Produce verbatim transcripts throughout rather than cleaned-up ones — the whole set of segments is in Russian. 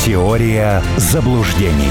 Теория заблуждений.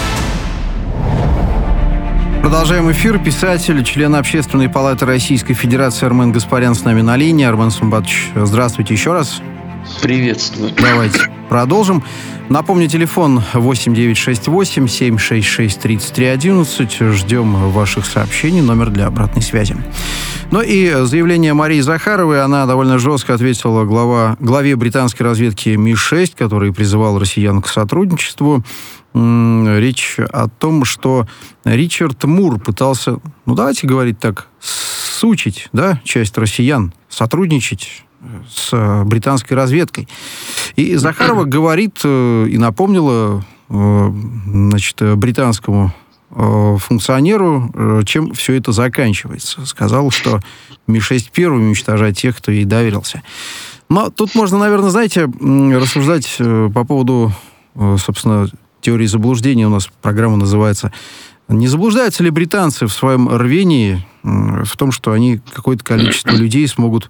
Продолжаем эфир. Писатель, член Общественной палаты Российской Федерации Армен Гаспарян с нами на линии. Армен Сумбатович, здравствуйте еще раз. Приветствую. Давайте продолжим. Напомню, телефон восемь девятьсот шестьдесят восемь семьсот шестьдесят шесть тридцать три одиннадцать. Ждем ваших сообщений, номер для обратной связи. Ну и заявление Марии Захаровой, она довольно жестко ответила глава, главе британской разведки Ми шесть, который призывал россиян к сотрудничеству. Речь о том, что Ричард Мур пытался, ну давайте говорить так, сучить, да, часть россиян, сотрудничать с британской разведкой. И Захарова говорит и напомнила, значит, британскому функционеру, чем все это заканчивается. Сказал, что Ми шесть первыми уничтожает тех, кто ей доверился. Но тут можно, наверное, знаете, рассуждать по поводу, собственно, теории заблуждения. У нас программа называется «Не заблуждаются ли британцы в своем рвении в том, что они какое-то количество людей смогут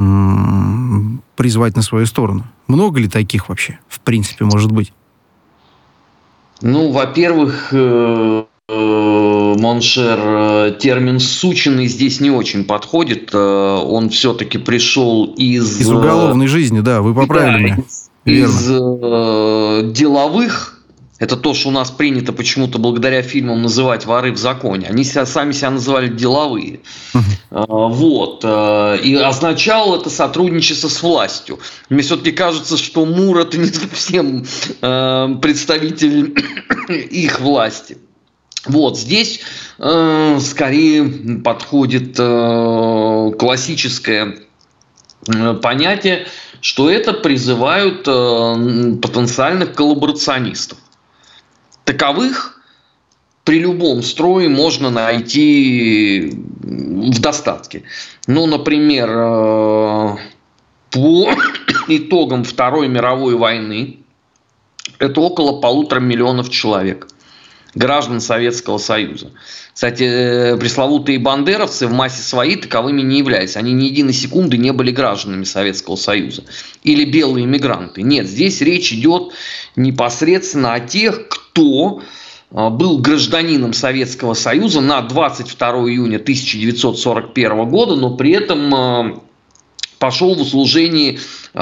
м- призвать на свою сторону?» Много ли таких вообще, в принципе, может быть? Ну, во-первых, э- Моншер, термин «сученный» здесь не очень подходит. Он все-таки пришел из... Из уголовной жизни, да, вы поправили да, меня. Из Верно. деловых. Это то, что у нас принято почему-то благодаря фильмам называть воры в законе. Они себя, сами себя называли деловые. Uh-huh. Вот. И означало это сотрудничество с властью. Мне все-таки кажется, что Мур – это не совсем представитель их власти. Вот здесь э, скорее подходит э, классическое э, понятие, что это призывают э, потенциальных коллаборационистов. Таковых при любом строе можно найти в достатке. Ну, например, э, по итогам Второй мировой войны это около полутора миллионов человек. Граждан Советского Союза. Кстати, пресловутые бандеровцы в массе своей таковыми не являлись. Они ни единой секунды не были гражданами Советского Союза. Или белые мигранты. Нет, здесь речь идет непосредственно о тех, кто был гражданином Советского Союза на двадцать второго июня тысяча девятьсот сорок первого года, но при этом пошел в услужение э,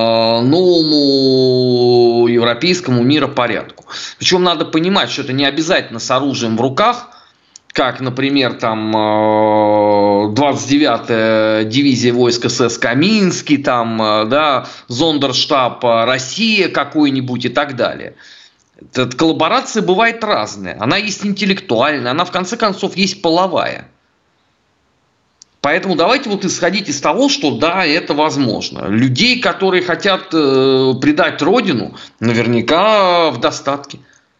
новому европейскому миропорядку. Причем надо понимать, что это не обязательно с оружием в руках, как, например, там э, двадцать девятая дивизия войск СС Каминский, там, э, да, Зондерштаб Россия какой-нибудь и так далее. Эта коллаборация бывает разная. Она есть интеллектуальная, она в конце концов есть половая. Поэтому давайте вот исходить из того, что да, это возможно. Людей, которые хотят э, предать родину, наверняка в достатке.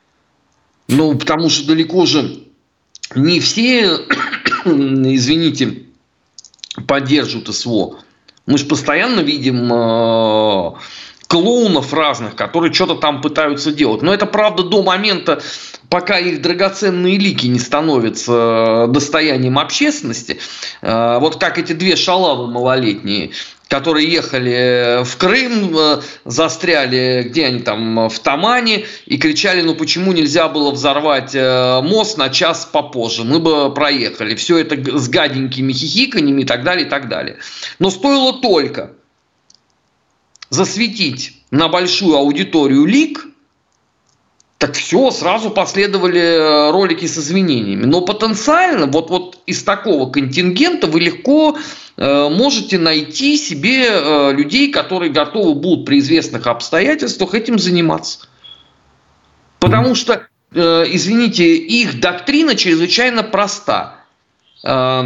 Ну, потому что далеко же не все, извините, поддерживают СВО. Мы же постоянно видим э, клоунов разных, которые что-то там пытаются делать. Но это правда до момента, пока их драгоценные лики не становятся достоянием общественности. Вот как эти две шалавы малолетние, которые ехали в Крым, застряли, где они там, в Тамане, и кричали, ну почему нельзя было взорвать мост на час попозже, мы бы проехали. Все это с гаденькими хихиканьями и так далее, и так далее. Но стоило только засветить на большую аудиторию лик, так все, сразу последовали ролики с извинениями. Но потенциально вот, вот из такого контингента вы легко э, можете найти себе э, людей, которые готовы будут при известных обстоятельствах этим заниматься. Потому что, э, извините, их доктрина чрезвычайно проста. Э,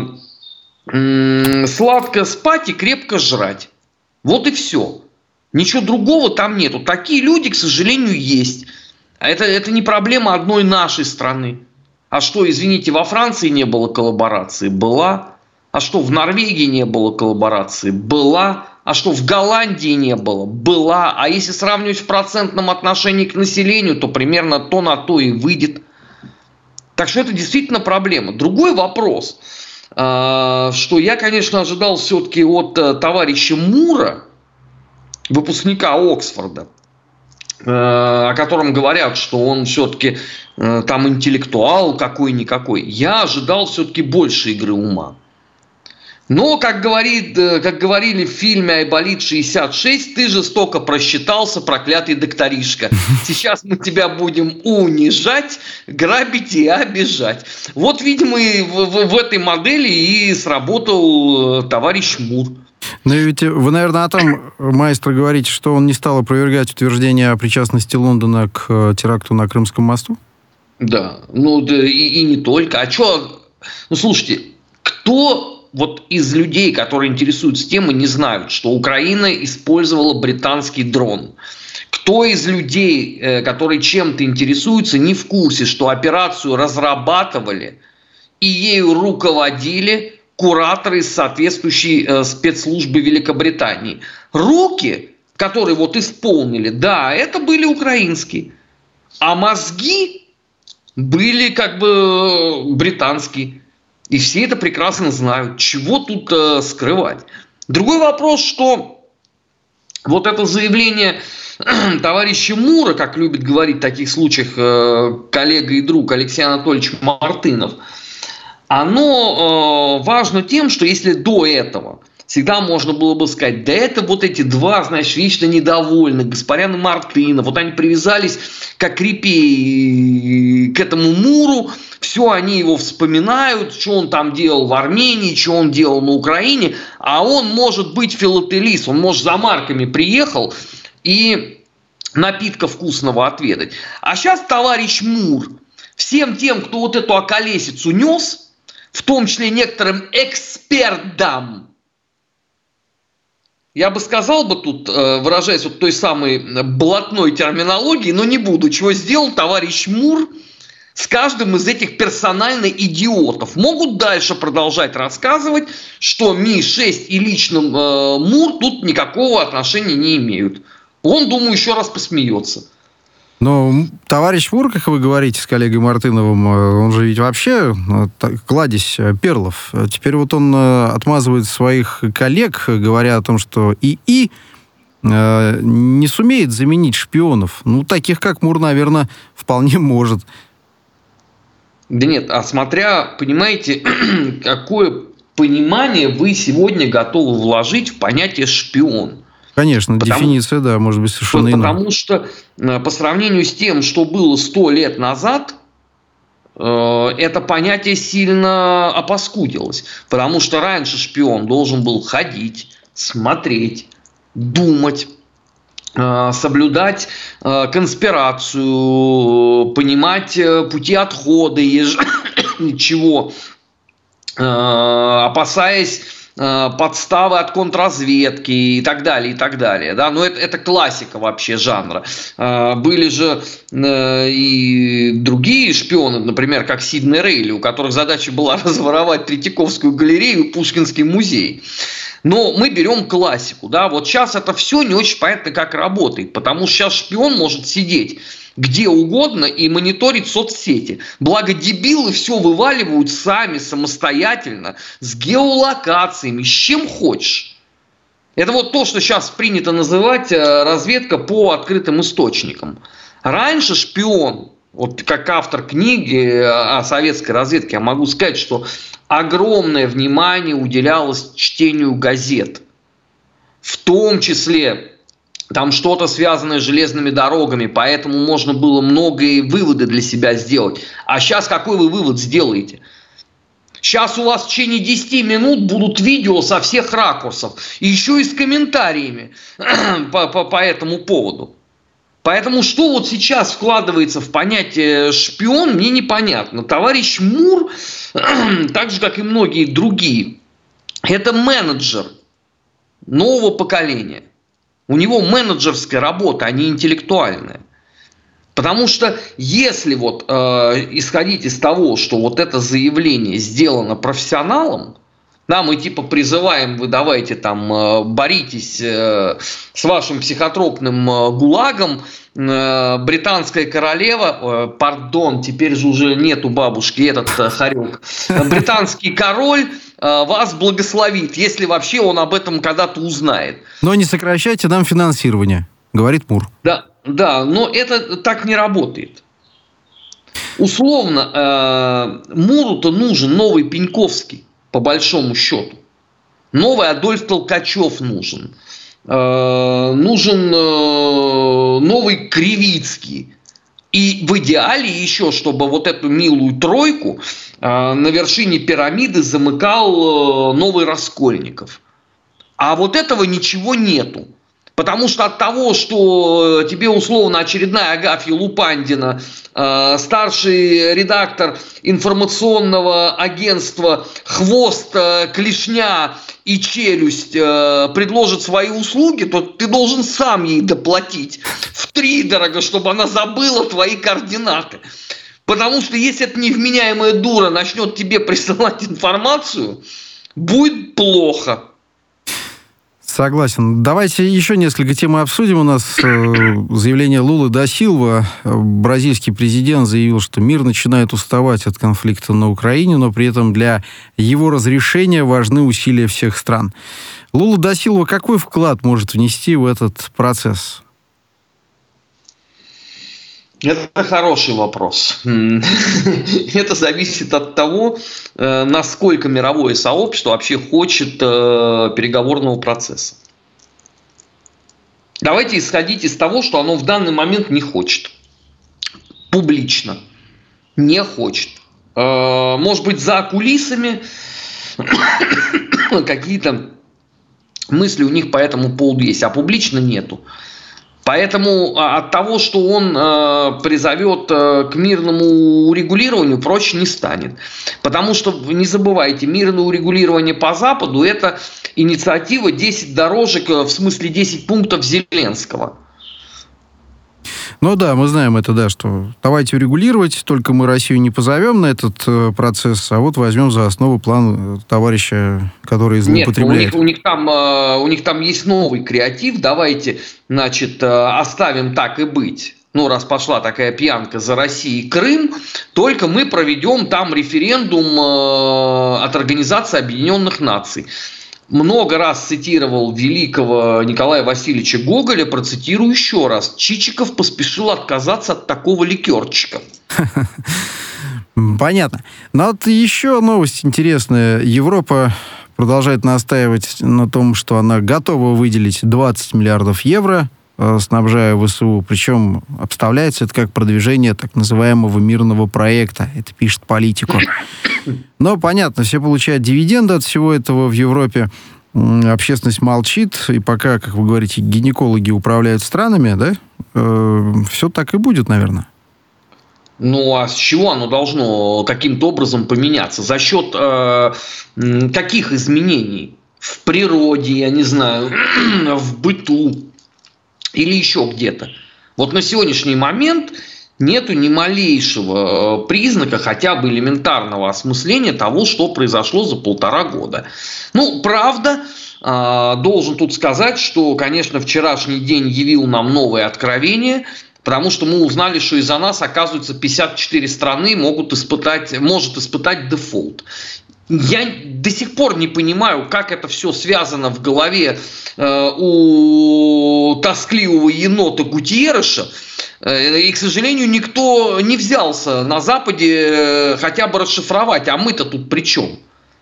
э, сладко спать и крепко жрать. Вот и все. Ничего другого там нету. Такие люди, к сожалению, есть. Это, это не проблема одной нашей страны. А что, извините, во Франции не было коллаборации? Была. А что, в Норвегии не было коллаборации? Была. А что, в Голландии не было? Была. А если сравнивать в процентном отношении к населению, то примерно то на то и выйдет. Так что это действительно проблема. Другой вопрос, что я, конечно, ожидал все-таки от товарища Мура, выпускника Оксфорда, о котором говорят, что он все-таки там интеллектуал какой-никакой. Я ожидал все-таки больше игры ума. Но, как, говорит, как говорили в фильме «Айболит шестьдесят шесть», ты жестоко просчитался, проклятый докторишка. Сейчас мы тебя будем унижать, грабить и обижать. Вот, видимо, и в, в, в этой модели и сработал товарищ Мур. Но ведь вы, наверное, о том, маэстро, говорите, что он не стал опровергать утверждение о причастности Лондона к теракту на Крымском мосту? Да, ну да, и, и не только. А что, ну слушайте, кто вот из людей, которые интересуются темой, не знают, что Украина использовала британский дрон? Кто из людей, которые чем-то интересуются, не в курсе, что операцию разрабатывали и ею руководили кураторы из соответствующей э, спецслужбы Великобритании? Руки, которые вот исполнили, да, это были украинские, а мозги были как бы британские. И все это прекрасно знают. Чего тут э, скрывать? Другой вопрос, что вот это заявление товарища Мура, как любит говорить в таких случаях э, коллега и друг Алексей Анатольевич Мартынов, оно э, важно тем, что если до этого всегда можно было бы сказать, да это вот эти два, значит, вечно недовольных, Гаспарян и Мартынов, вот они привязались как репей к этому Муру, все они его вспоминают, что он там делал в Армении, что он делал на Украине, а он может быть филателист, он может за марками приехал и напитка вкусного отведать. А сейчас товарищ Мур всем тем, кто вот эту околесицу нес, в том числе некоторым экспертам, я бы сказал бы тут, выражаясь вот той самой блатной терминологией, но не буду, чего сделал товарищ Мур с каждым из этих персонально идиотов. Могут дальше продолжать рассказывать, что Ми шесть и лично э, Мур тут никакого отношения не имеют. Он, думаю, еще раз посмеется. Но товарищ Мур, как вы говорите с коллегой Мартыновым, он же ведь вообще кладезь перлов. Теперь вот он отмазывает своих коллег, говоря о том, что ИИ не сумеет заменить шпионов. Ну, таких, как Мур, наверное, вполне может. Да нет, а смотря, понимаете, какое понимание вы сегодня готовы вложить в понятие «шпион». Конечно, потому, дефиниция, да, может быть совершенно иная. Потому что по сравнению с тем, что было сто лет назад, это понятие сильно опаскудилось. Потому что раньше шпион должен был ходить, смотреть, думать, соблюдать конспирацию, понимать пути отхода, чего, опасаясь подставы от контрразведки и так далее, и так далее. Да? Но это, это классика вообще жанра. Были же и другие шпионы, например, как Сидней Рейли, у которых задача была разворовать Третьяковскую галерею и Пушкинский музей. Но мы берем классику. Да? Вот сейчас это все не очень понятно, как работает, потому что сейчас шпион может сидеть где угодно и мониторить соцсети. Благо дебилы все вываливают сами, самостоятельно, с геолокациями, с чем хочешь. Это вот то, что сейчас принято называть разведка по открытым источникам. Раньше шпион, вот как автор книги о советской разведке, я могу сказать, что огромное внимание уделялось чтению газет. В том числе там что-то связанное с железными дорогами, поэтому можно было многие выводы для себя сделать. А сейчас какой вы вывод сделаете? Сейчас у вас в течение десяти минут будут видео со всех ракурсов, и еще и с комментариями по, по, по этому поводу. Поэтому что вот сейчас вкладывается в понятие шпион, мне непонятно. Товарищ Мур, так же как и многие другие, это менеджер нового поколения. У него менеджерская работа, а не интеллектуальная. Потому что если вот э, исходить из того, что вот это заявление сделано профессионалом, да, мы типа призываем, вы давайте там э, боритесь э, с вашим психотропным э, гулагом, э, британская королева, э, пардон, теперь же уже нету бабушки, этот э, хорек, британский король вас благословит, если вообще он об этом когда-то узнает. Но не сокращайте нам финансирование, говорит Мур. Да, Да, но это так не работает. Условно, э, Муру-то нужен новый Пеньковский, по большому счету. Новый Адольф Толкачев нужен. Э, нужен э, новый Кривицкий. И в идеале еще, чтобы вот эту милую тройку э, на вершине пирамиды замыкал э, новый Раскольников. А вот этого ничего нету. Потому что от того, что тебе условно очередная Агафья Лупандина, э, старший редактор информационного агентства «Хвост, э, клешня и челюсть» э, предложит свои услуги, то ты должен сам ей доплатить втридорого, чтобы она забыла твои координаты. Потому что если эта невменяемая дура начнет тебе присылать информацию, будет плохо. Согласен. Давайте еще несколько тем обсудим. У нас э, заявление Лулы да Силва. Бразильский президент заявил, что мир начинает уставать от конфликта на Украине, но при этом для его разрешения важны усилия всех стран. Лула да Силва какой вклад может внести в этот процесс? Это хороший вопрос. Это зависит от того, насколько мировое сообщество вообще хочет переговорного процесса. Давайте исходить из того, что оно в данный момент не хочет. Публично. Не хочет. Может быть, за кулисами какие-то мысли у них по этому поводу есть, а публично нету. Поэтому от того, что он э, призовет э, к мирному урегулированию, проще не станет. Потому что, не забывайте, мирное урегулирование по Западу – это инициатива десять дорожек, в смысле десять пунктов Зеленского. Ну да, мы знаем это, да, что давайте урегулировать, только мы Россию не позовем на этот э, процесс, а вот возьмем за основу план товарища, который злоупотребляет. Нет, у них, у них там, э, у них там есть новый креатив, давайте, значит, э, оставим так и быть. Ну, раз пошла такая пьянка за Россией и Крым, только мы проведем там референдум э, от Организации Объединенных Наций. Много раз цитировал великого Николая Васильевича Гоголя, процитирую еще раз. Чичиков поспешил отказаться от такого ликерчика. Понятно. Но вот еще новость интересная. Европа продолжает настаивать на том, что она готова выделить двадцать миллиардов евро, снабжая ВСУ. Причем обставляется это как продвижение так называемого мирного проекта. Это пишет Политико. Но, понятно, все получают дивиденды от всего этого в Европе. Общественность молчит. И пока, как вы говорите, гинекологи управляют странами, да, э, все так и будет, наверное. Ну, а с чего оно должно каким-то образом поменяться? За счет э, каких изменений? В природе, я не знаю, в быту или еще где-то. Вот на сегодняшний момент нету ни малейшего признака хотя бы элементарного осмысления того, что произошло за полтора года. Ну, правда, должен тут сказать, что, конечно, вчерашний день явил нам новое откровение, потому что мы узнали, что из-за нас, оказывается, пятьдесят четыре страны могут испытать, может испытать дефолт. Я до сих пор не понимаю, как это все связано в голове э, у тоскливого енота Гутьерреша. Э, и, к сожалению, никто не взялся на Западе э, хотя бы расшифровать. А мы-то тут при чем?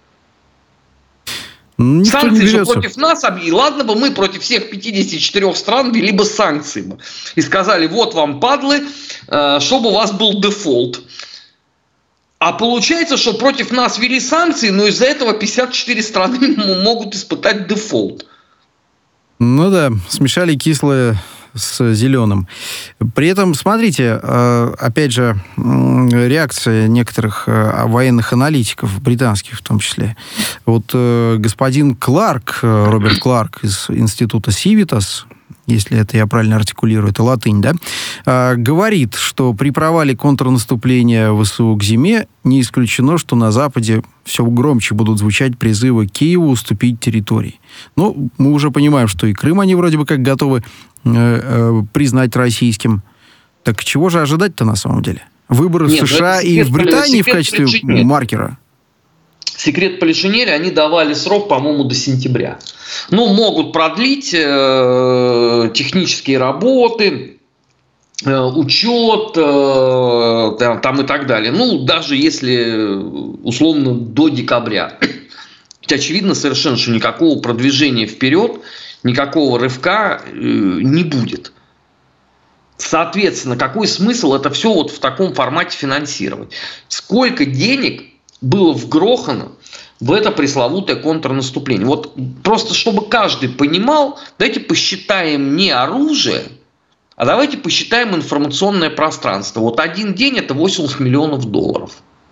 Никто санкции же против нас, и ладно бы мы против всех пятидесяти четырёх стран вели бы санкции бы. И сказали, вот вам, падлы, э, чтобы у вас был дефолт. А получается, что против нас ввели санкции, но из-за этого пятьдесят четыре страны могут испытать дефолт. Ну да, смешали кислое с зеленым. При этом, смотрите, опять же, реакция некоторых военных аналитиков, британских в том числе. Вот господин Кларк, Роберт Кларк из института Сивитас, если это я правильно артикулирую, это латынь, да, говорит, что при провале контрнаступления ВСУ к зиме не исключено, что на Западе все громче будут звучать призывы Киеву уступить территории. Ну, мы уже понимаем, что и Крым они вроде бы как готовы э, э, признать российским. Так чего же ожидать-то на самом деле? Выборы Нет, в США и в Британии в качестве маркера? Секрет Полишинеля, они давали срок, по-моему, до сентября. Ну, могут продлить э, технические работы, учет там, там и так далее. Ну, даже если условно до декабря. Ведь очевидно совершенно, что никакого продвижения вперед, никакого рывка не будет. Соответственно, какой смысл это все вот в таком формате финансировать? Сколько денег было вгрохано в это пресловутое контрнаступление? Вот просто чтобы каждый понимал, давайте посчитаем не оружие, а давайте посчитаем информационное пространство. Вот один день это восемьдесят миллионов долларов.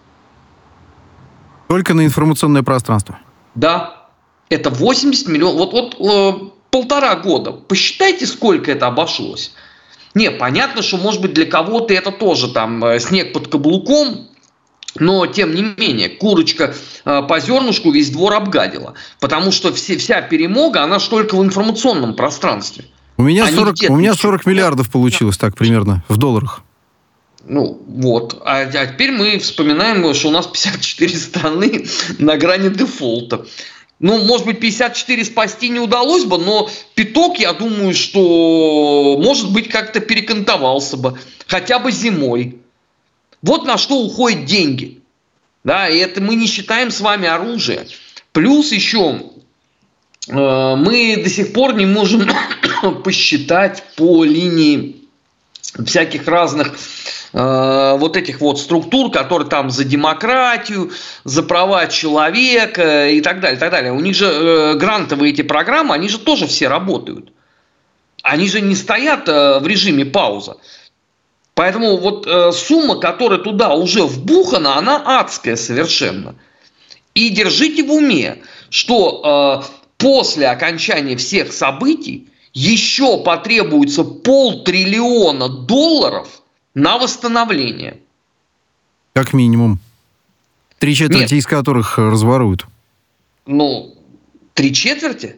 Только на информационное пространство? Да, это восемьдесят миллионов. Вот, вот э, полтора года. Посчитайте, сколько это обошлось. Не, понятно, что, может быть, для кого-то это тоже там э, снег под каблуком, но, тем не менее, курочка э, по зернышку весь двор обгадила. Потому что все, вся перемога, она ж только в информационном пространстве. У меня, сорок, у меня сорок миллиардов получилось так примерно в долларах. Ну, вот. А, а теперь мы вспоминаем, что у нас пятьдесят четыре страны на грани дефолта. Ну, может быть, пятьдесят четыре спасти не удалось бы, но пяток, я думаю, что, может быть, как-то перекантовался бы. Хотя бы зимой. Вот на что уходят деньги. Да, и это мы не считаем с вами оружие. Плюс еще э, мы до сих пор не можем посчитать по линии всяких разных э, вот этих вот структур, которые там за демократию, за права человека и так далее, и так далее. У них же э, грантовые эти программы, они же тоже все работают. Они же не стоят э, в режиме пауза. Поэтому вот э, сумма, которая туда уже вбухана, она адская совершенно. И держите в уме, что э, после окончания всех событий еще потребуется полтриллиона долларов на восстановление. Как минимум. Три четверти Нет. из которых разворуют. Ну, три четверти?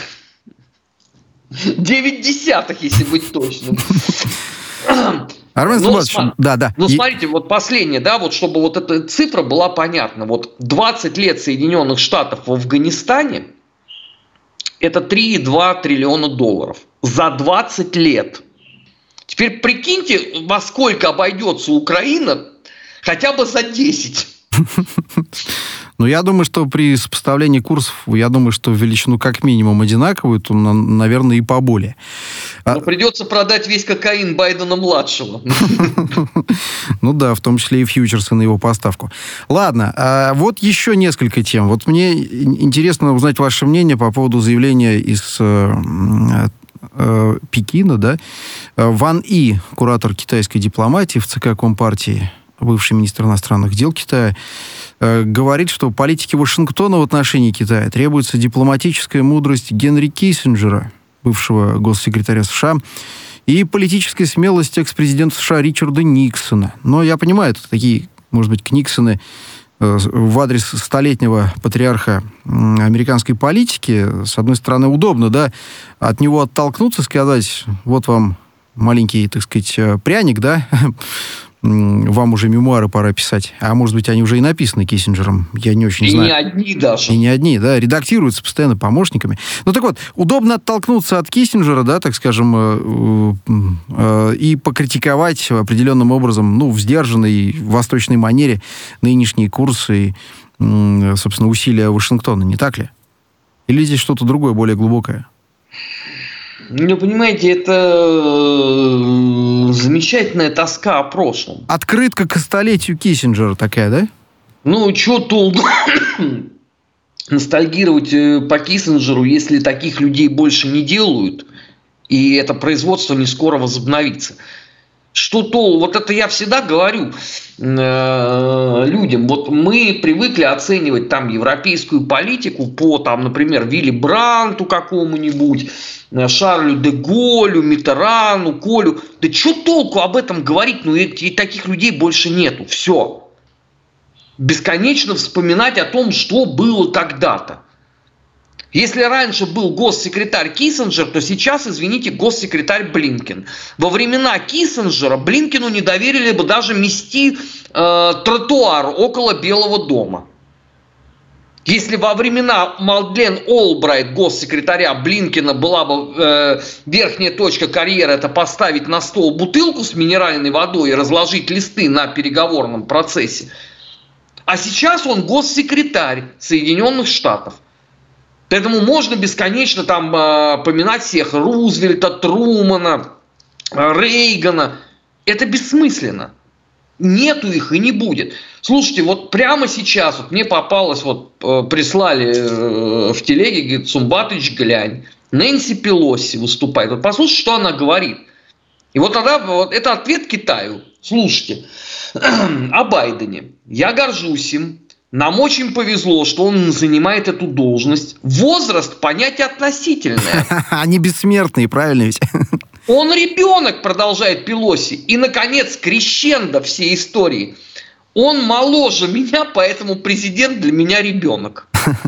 Девять десятых, если быть точным. Армен Сулбатович, да, да. Ну, смотрите, вот последнее, да, вот чтобы вот эта цифра была понятна. Вот двадцать лет Соединенных Штатов в Афганистане это три целых два десятых триллиона долларов. За двадцать лет. Теперь прикиньте, во сколько обойдется Украина хотя бы за десять. Ну, я думаю, что при сопоставлении курсов, я думаю, что величину как минимум одинаковую, то, наверное, и поболее. Но придется продать весь кокаин Байдена-младшего. Ну да, в том числе и фьючерсы на его поставку. Ладно, а вот еще несколько тем. Вот мне интересно узнать ваше мнение по поводу заявления из Пекина, да? Ван И, куратор китайской дипломатии в ЦК Компартии, бывший министр иностранных дел Китая, говорит, что политике Вашингтона в отношении Китая требуется дипломатическая мудрость Генри Киссинджера, бывшего госсекретаря США, и политическая смелость экс-президента США Ричарда Никсона. Но я понимаю, это такие, может быть, Никсоны в адрес столетнего патриарха американской политики. С одной стороны, удобно, да, от него оттолкнуться, сказать, вот вам маленький, так сказать, пряник, да, вам уже мемуары пора писать. А может быть, они уже и написаны Киссинджером. Я не очень и знаю. И не одни даже. И не одни, да. Редактируются постоянно помощниками. Ну, так вот, удобно оттолкнуться от Киссинджера, да, так скажем, и покритиковать определенным образом, ну, в сдержанной восточной манере нынешние курсы и, собственно, усилия Вашингтона. Не так ли? Или здесь что-то другое, более глубокое? Ну, понимаете, это замечательная тоска о прошлом. Открытка к столетию Киссинджера такая, да? Ну, что тут ностальгировать по Киссинджеру, если таких людей больше не делают, и это производство не скоро возобновится. Что то, вот это я всегда говорю э, людям, вот мы привыкли оценивать там европейскую политику по, там, например, Вилли Брандту какому-нибудь, Шарлю де Голлю, Миттерану, Колю. Да что толку об этом говорить, ну и, и таких людей больше нету, все. Бесконечно вспоминать о том, что было когда-то. Если раньше был госсекретарь Киссинджер, то сейчас, извините, госсекретарь Блинкен. Во времена Киссинджера Блинкену не доверили бы даже мести э, тротуар около Белого дома. Если во времена Мадлен Олбрайт, госсекретаря Блинкена, была бы э, верхняя точка карьеры, это поставить на стол бутылку с минеральной водой и разложить листы на переговорном процессе. А сейчас он госсекретарь Соединенных Штатов. Поэтому можно бесконечно там э, поминать всех: Рузвельта, Трумана, э, Рейгана. Это бессмысленно. Нету их и не будет. Слушайте, вот прямо сейчас вот мне попалось, вот э, прислали э, в телеге, говорит: Сумбатыч, глянь, Нэнси Пелоси выступает. Вот послушайте, что она говорит. И вот тогда вот это ответ Китаю. Слушайте, о Байдене. Я горжусь им. Нам очень повезло, что он занимает эту должность. Возраст – понятие относительное. Они бессмертные, правильно ведь? Он ребенок, продолжает Пелоси. И, наконец, крещендо всей истории. Он моложе меня, поэтому президент для меня ребенок.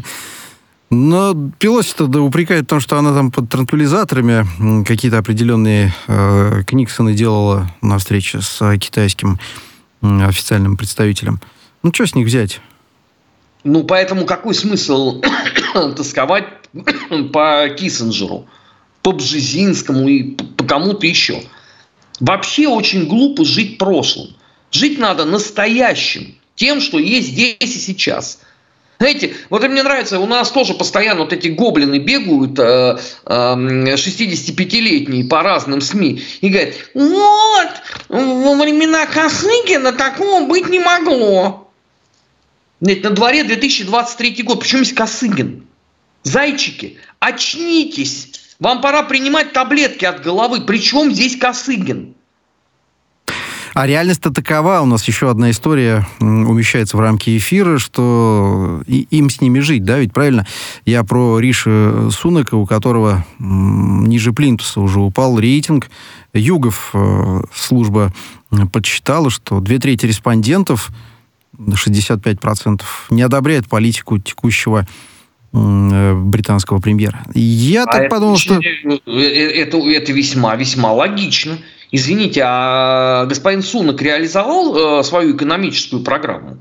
Но Пелоси-то да упрекает в том, что она там под транквилизаторами какие-то определенные э, книксоны делала на встрече с э, китайским э, официальным представителем. Ну, что с них взять? Ну, поэтому какой смысл тосковать по Киссинджеру, по Бжезинскому и по кому-то еще? Вообще очень глупо жить прошлым. Жить надо настоящим, тем, что есть здесь и сейчас. Знаете, вот мне нравится, у нас тоже постоянно вот эти гоблины бегают, э, э, шестидесятипятилетние по разным СМИ, и говорят: вот, во времена Косыгина такого быть не могло. Нет, на дворе две тысячи двадцать третий год. Почему есть Косыгин? Зайчики, очнитесь. Вам пора принимать таблетки от головы. Причем здесь Косыгин? А реальность-то такова. У нас еще одна история умещается в рамки эфира, что и, им с ними жить, да, ведь правильно? Я про Риши Сунака, у которого м, ниже плинтуса уже упал рейтинг. Югов э, служба подсчитала, что две трети респондентов, шестьдесят пять процентов, не одобряют политику текущего э, британского премьера. Я а так это подумал, очень, что... Это, это весьма, весьма логично. Извините, а господин Сунак реализовал э, свою экономическую программу?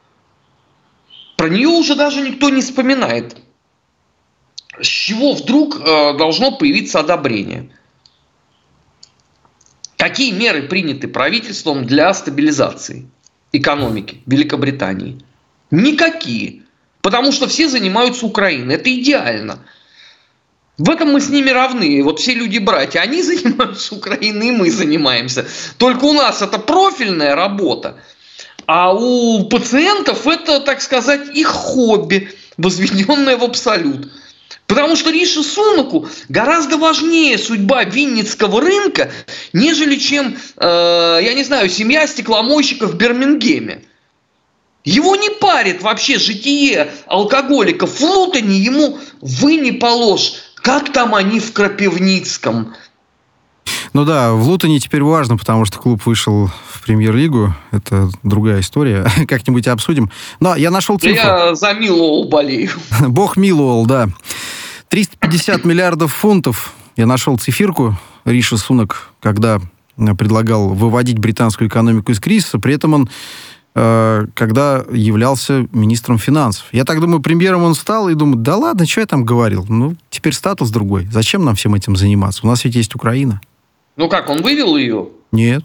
Про нее уже даже никто не вспоминает. С чего вдруг э, должно появиться одобрение? Какие меры приняты правительством для стабилизации экономики Великобритании? Никакие. Потому что все занимаются Украиной. Это идеально. В этом мы с ними равны. Вот все люди-братья, они занимаются Украиной, и мы занимаемся. Только у нас это профильная работа, а у пациентов это, так сказать, их хобби, возведенное в абсолют. Потому что Риши Сунаку гораздо важнее судьба винницкого рынка, нежели чем, э, я не знаю, семья стекломойщиков в Бирмингеме. Его не парит вообще житие алкоголиков в Лутоне, ему вы не положь. Как там они в Крапивницком? Ну да, в Лутоне теперь важно, потому что клуб вышел в премьер-лигу. Это другая история. Как-нибудь обсудим. Но я нашел цифру. Я за Миллуолл болею. Бог Миллуолл, да. триста пятьдесят миллиардов фунтов. Я нашел циферку. Риши Сунак, когда предлагал выводить британскую экономику из кризиса, при этом он когда являлся министром финансов. Я так думаю, премьером он стал и думаю, да ладно, что я там говорил? Ну, теперь статус другой. Зачем нам всем этим заниматься? У нас ведь есть Украина. Ну как, он вывел ее? Нет.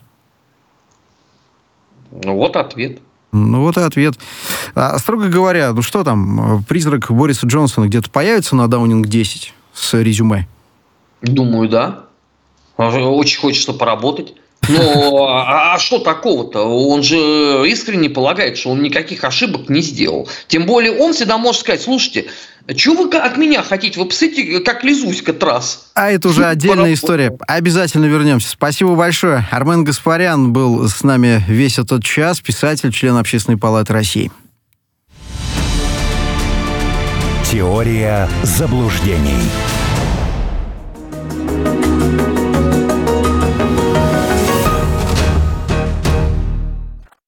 Ну вот ответ. Ну вот и ответ. А, строго говоря, ну что там, призрак Бориса Джонсона где-то появится на Даунинг десять с резюме? Думаю, да. Очень хочется поработать. Но а, а что такого-то? Он же искренне полагает, что он никаких ошибок не сделал. Тем более он всегда может сказать: слушайте, что вы от меня хотите? Вы посмотрите, как Лизуська трасс. А это уже отдельная история. Обязательно вернемся. Спасибо большое. Армен Гаспарян был с нами весь этот час. Писатель, член Общественной палаты России. Теория заблуждений.